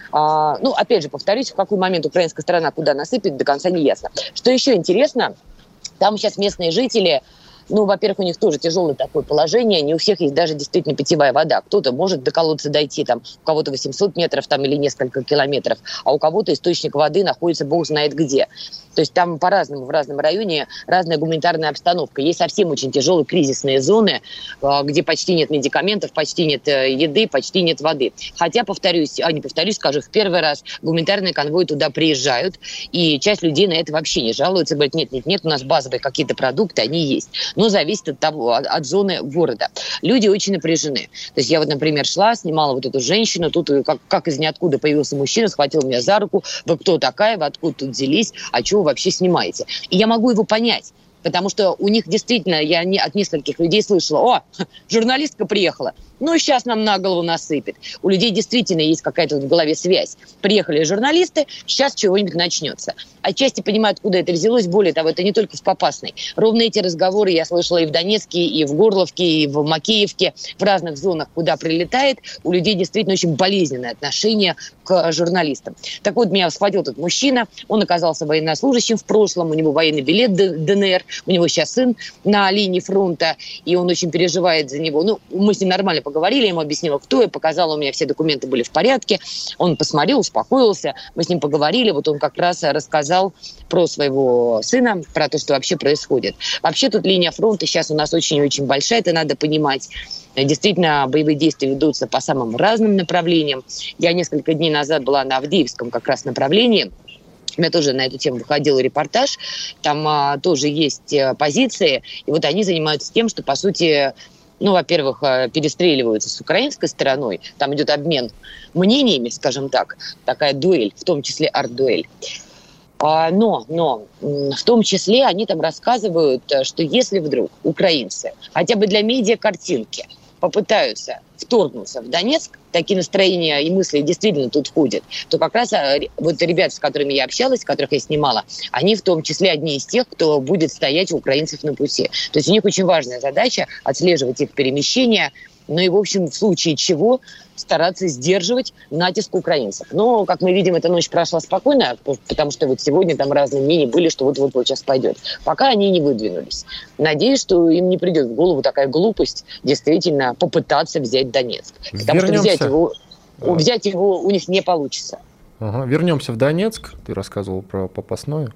А, ну, опять же, повторюсь, в какой момент украинская сторона куда насыпет, до конца не ясно. Что еще интересно, там сейчас местные жители, ну, во-первых, у них тоже тяжелое такое положение, не у всех есть даже действительно питьевая вода. Кто-то может до колодца дойти, там, у кого-то восемьсот метров там, или несколько километров, а у кого-то источник воды находится бог знает где. То есть там по-разному, в разном районе разная гуманитарная обстановка. Есть совсем очень тяжелые кризисные зоны, где почти нет медикаментов, почти нет еды, почти нет воды. Хотя, повторюсь, а не повторюсь, скажу в первый раз, гуманитарные конвои туда приезжают, и часть людей на это вообще не жалуются, говорят, нет-нет-нет, у нас базовые какие-то продукты, они есть. но зависит от того, от, от зоны города. Люди очень напряжены. То есть я вот, например, шла, снимала вот эту женщину, тут как, как из ниоткуда появился мужчина, схватил меня за руку: вы кто такая, вы откуда тут взялись, а чего вы вообще снимаете? И я могу его понять. Потому что у них действительно, я не, от нескольких людей слышала: о, журналистка приехала, ну сейчас нам на голову насыпет. У людей действительно есть какая-то вот в голове связь. Приехали журналисты, сейчас чего-нибудь начнется. Отчасти понимаю, откуда это взялось. Более того, это не только в Попасной. Ровно эти разговоры я слышала и в Донецке, и в Горловке, и в Макеевке, в разных зонах, куда прилетает. У людей действительно очень болезненное отношение к журналистам. Так вот, меня схватил тот мужчина, он оказался военнослужащим в прошлом, у него военный билет ДНР, у него сейчас сын на линии фронта, и он очень переживает за него. Ну, мы с ним нормально поговорили, я ему объяснила, кто я, показала, у меня все документы были в порядке. Он посмотрел, успокоился, мы с ним поговорили, вот он как раз рассказал про своего сына, про то, что вообще происходит. Вообще тут линия фронта сейчас у нас очень-очень большая, это надо понимать. Действительно, боевые действия ведутся по самым разным направлениям. Я несколько дней назад была на Авдеевском как раз направлении. У меня тоже на эту тему выходил репортаж. Там а, тоже есть а, позиции. И вот они занимаются тем, что, по сути, ну, во-первых, а, перестреливаются с украинской стороной. Там идет обмен мнениями, скажем так. Такая дуэль, в том числе арт-дуэль. А, но, но в том числе они там рассказывают, что если вдруг украинцы хотя бы для медиа-картинки попытаются вторгнуться в Донецк, такие настроения и мысли действительно тут ходят, то как раз вот ребята, с которыми я общалась, которых я снимала, они в том числе одни из тех, кто будет стоять у украинцев на пути. То есть у них очень важная задача отслеживать их перемещения, ну и, в общем, в случае чего стараться сдерживать натиск украинцев. Но, как мы видим, эта ночь прошла спокойно, потому что вот сегодня там разные мнения были, что вот-вот вот сейчас пойдет. Пока они не выдвинулись. Надеюсь, что им не придет в голову такая глупость действительно попытаться взять Донецк. Потому Вернемся. что взять его, взять его у них не получится. Ага. Вернемся в Донецк. Ты рассказывал про Попасную.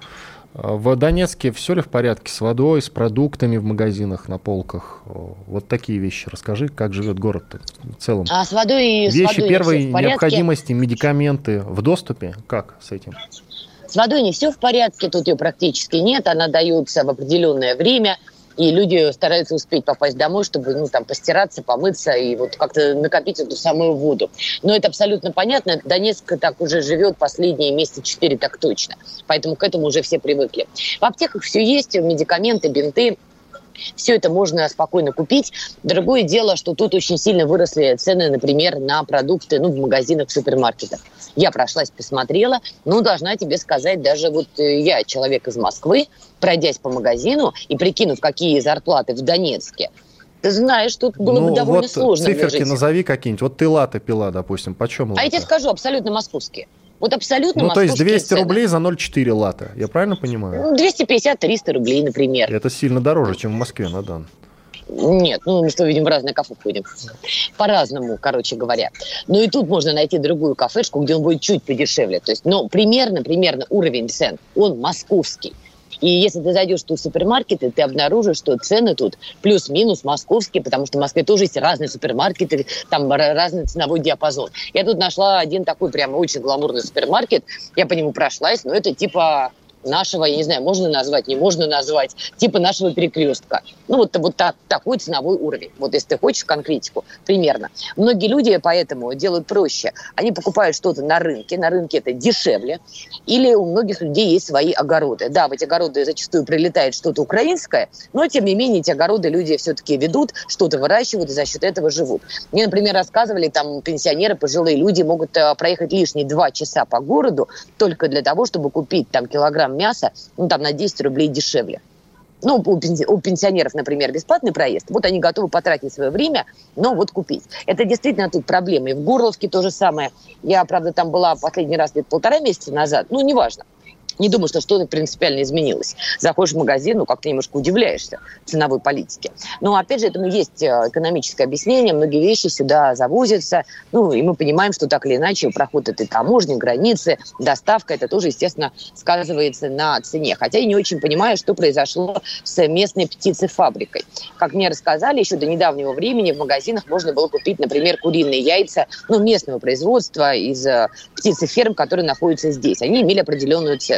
В Донецке все ли в порядке с водой, с продуктами в магазинах, на полках? Вот такие вещи. Расскажи, как живет город в целом. А с водой, вещи с водой первой необходимости, медикаменты в доступе? Как с этим? С водой не все в порядке, тут ее практически нет. Она дается в определенное время. И люди стараются успеть попасть домой, чтобы ну, там, постираться, помыться и вот как-то накопить эту самую воду. Но это абсолютно понятно. Донецк так уже живет последние месяца четыре так точно. Поэтому к этому уже все привыкли. В аптеках все есть, медикаменты, бинты. Все это можно спокойно купить. Другое дело, что тут очень сильно выросли цены, например, на продукты ну, в магазинах, в супермаркетах. Я прошлась, посмотрела. Ну, должна тебе сказать, даже вот я, человек из Москвы, пройдясь по магазину и прикинув, какие зарплаты в Донецке, ты знаешь, тут было ну, бы довольно вот сложно. Циферки назови какие-нибудь. Вот ты латте пила, допустим, почем латте? А я тебе скажу, абсолютно московские. Вот абсолютно Ну, то есть двести цены. рублей за ноль целых четыре десятых латте. Я правильно понимаю? двести пятьдесят - триста рублей, например. Это сильно дороже, чем в Москве на данный. Нет, ну мы что, видим, в разные кафе ходим. По-разному, короче говоря. Но и тут можно найти другую кафешку, где он будет чуть подешевле. То есть, ну, примерно, примерно уровень цен, он московский. И если ты зайдешь тут в супермаркеты, ты обнаружишь, что цены тут плюс-минус московские, потому что в Москве тоже есть разные супермаркеты, там разный ценовой диапазон. Я тут нашла один такой прямо очень гламурный супермаркет, я по нему прошлась, но это типа нашего, я не знаю, можно назвать, не можно назвать, типа нашего перекрестка. Ну, вот, вот так, такой ценовой уровень. Вот если ты хочешь конкретику, примерно. Многие люди поэтому делают проще. Они покупают что-то на рынке, на рынке это дешевле, или у многих людей есть свои огороды. Да, в эти огороды зачастую прилетает что-то украинское, но, тем не менее, эти огороды люди все-таки ведут, что-то выращивают и за счет этого живут. Мне, например, рассказывали, там пенсионеры, пожилые люди могут э, проехать лишние два часа по городу только для того, чтобы купить там килограмм мяса, ну, там, на десять рублей дешевле. Ну, у пенсионеров, например, бесплатный проезд. Вот они готовы потратить свое время, но вот купить. Это действительно тут проблема. И в Горловке то же самое. Я, правда, там была последний раз где-то полтора месяца назад. Ну, неважно. Не думаю, что что-то принципиально изменилось. Заходишь в магазин, ну, как-то немножко удивляешься ценовой политике. Но, опять же, этому есть экономическое объяснение. Многие вещи сюда завозятся. Ну, и мы понимаем, что так или иначе проход этой таможни, границы, доставка, это тоже, естественно, сказывается на цене. Хотя я не очень понимаю, что произошло с местной птицефабрикой. Как мне рассказали, еще до недавнего времени в магазинах можно было купить, например, куриные яйца, ну, местного производства из птицеферм, которые находятся здесь. Они имели определенную цену.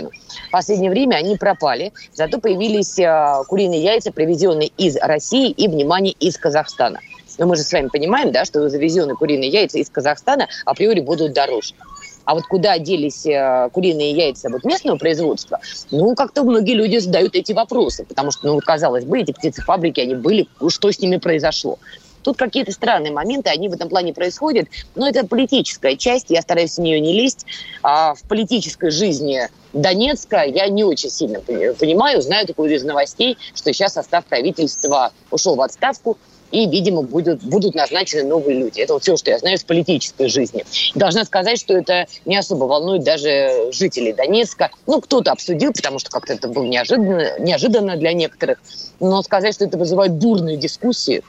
Казахстану. В последнее время они пропали, зато появились куриные яйца, привезенные из России и, внимание, из Казахстана. Но мы же с вами понимаем, да, что завезенные куриные яйца из Казахстана априори будут дороже. А вот куда делись куриные яйца вот местного производства, ну, как-то многие люди задают эти вопросы. Потому что, ну, вот, казалось бы, эти птицефабрики, они были, что с ними произошло? Тут какие-то странные моменты, они в этом плане происходят, но это политическая часть, я стараюсь в нее не лезть. А в политической жизни Донецка я не очень сильно понимаю, знаю такую из новостей, что сейчас состав правительства ушел в отставку, и, видимо, будут, будут назначены новые люди. Это вот все, что я знаю из политической жизни. И должна сказать, что это не особо волнует даже жителей Донецка. Ну, кто-то обсудил, потому что как-то это было неожиданно, неожиданно для некоторых. Но сказать, что это вызывает бурные дискуссии...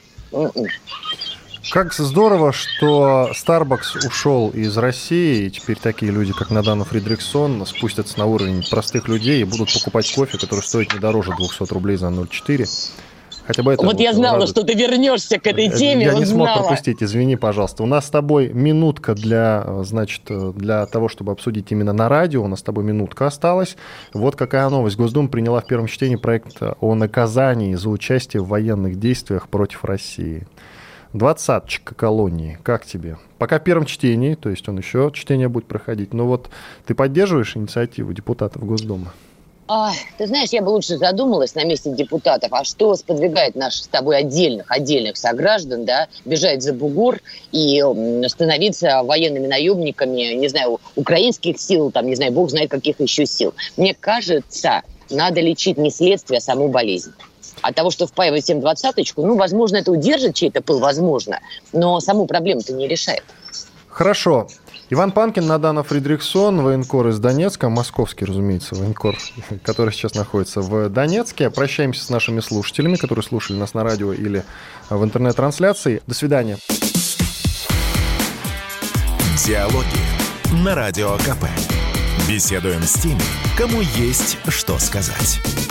Как здорово, что Starbucks ушел из России, и теперь такие люди, как Надана Фридрихсон, спустятся на уровень простых людей и будут покупать кофе, который стоит не дороже двухсот рублей за ноль целых четыре десятых. Хотя бы это вот я знала, радует. Что ты вернешься к этой теме. Я вот не знала. смог пропустить, извини, пожалуйста. У нас с тобой минутка для, значит, для того, чтобы обсудить именно на радио. У нас с тобой минутка осталась. Вот какая новость. Госдума приняла в первом чтении проект о наказании за участие в военных действиях против России. Двадцаточка колонии. Как тебе? Пока в первом чтении, то есть он еще чтение будет проходить. Но вот ты поддерживаешь инициативу депутатов Госдумы? Ой, ты знаешь, я бы лучше задумалась на месте депутатов, а что сподвигает наших с тобой отдельных, отдельных сограждан, да, бежать за бугор и становиться военными наемниками, не знаю, украинских сил, там, не знаю, бог знает каких еще сил. Мне кажется, надо лечить не следствие, а саму болезнь. От того, что впаивать всем двадцаточку, ну, возможно, это удержит чей-то пыл, возможно, но саму проблему-то не решает. Хорошо. Иван Панкин, Надана Фридрихсон, военкор из Донецка, московский, разумеется, военкор, который сейчас находится в Донецке. Прощаемся с нашими слушателями, которые слушали нас на радио или в интернет-трансляции. До свидания. Диалоги на Радио КП. Беседуем с теми, кому есть что сказать.